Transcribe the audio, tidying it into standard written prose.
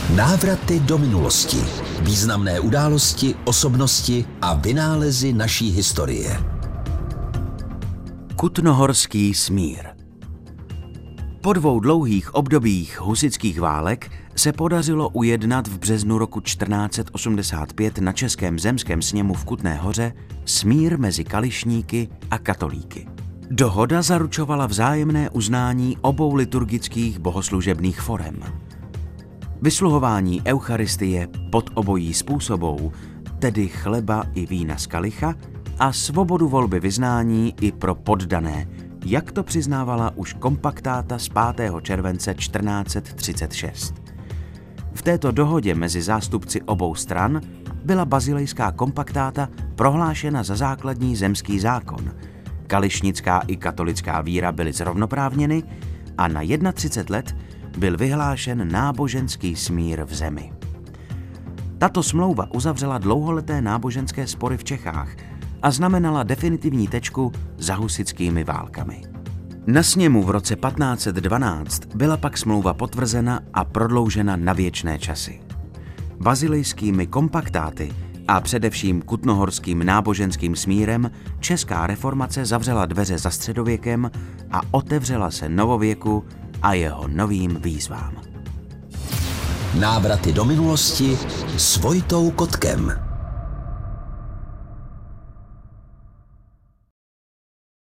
Návraty do minulosti. Významné události, osobnosti a vynálezy naší historie. Kutnohorský smír. Po 2 dlouhých obdobích husitských válek se podařilo ujednat v březnu roku 1485 na Českém zemském sněmu v Kutné Hoře smír mezi kališníky a katolíky. Dohoda zaručovala vzájemné uznání obou liturgických bohoslužebných forem. Vysluhování eucharistie pod obojí způsobou, tedy chleba i vína z kalicha, a svobodu volby vyznání i pro poddané, jak to přiznávala už kompaktáta z 5. července 1436. V této dohodě mezi zástupci obou stran byla bazilejská kompaktáta prohlášena za základní zemský zákon. Kališnická i katolická víra byly zrovnoprávněny a na 31 let byl vyhlášen náboženský smír v zemi. Tato smlouva uzavřela dlouholeté náboženské spory v Čechách a znamenala definitivní tečku za husitskými válkami. Na sněmu v roce 1512 byla pak smlouva potvrzena a prodloužena na věčné časy. Bazilejskými kompaktáty a především kutnohorským náboženským smírem česká reformace zavřela dveře za středověkem a otevřela se novověku a jeho novým výzvám. Návraty do minulosti s Vojtou Kotkem.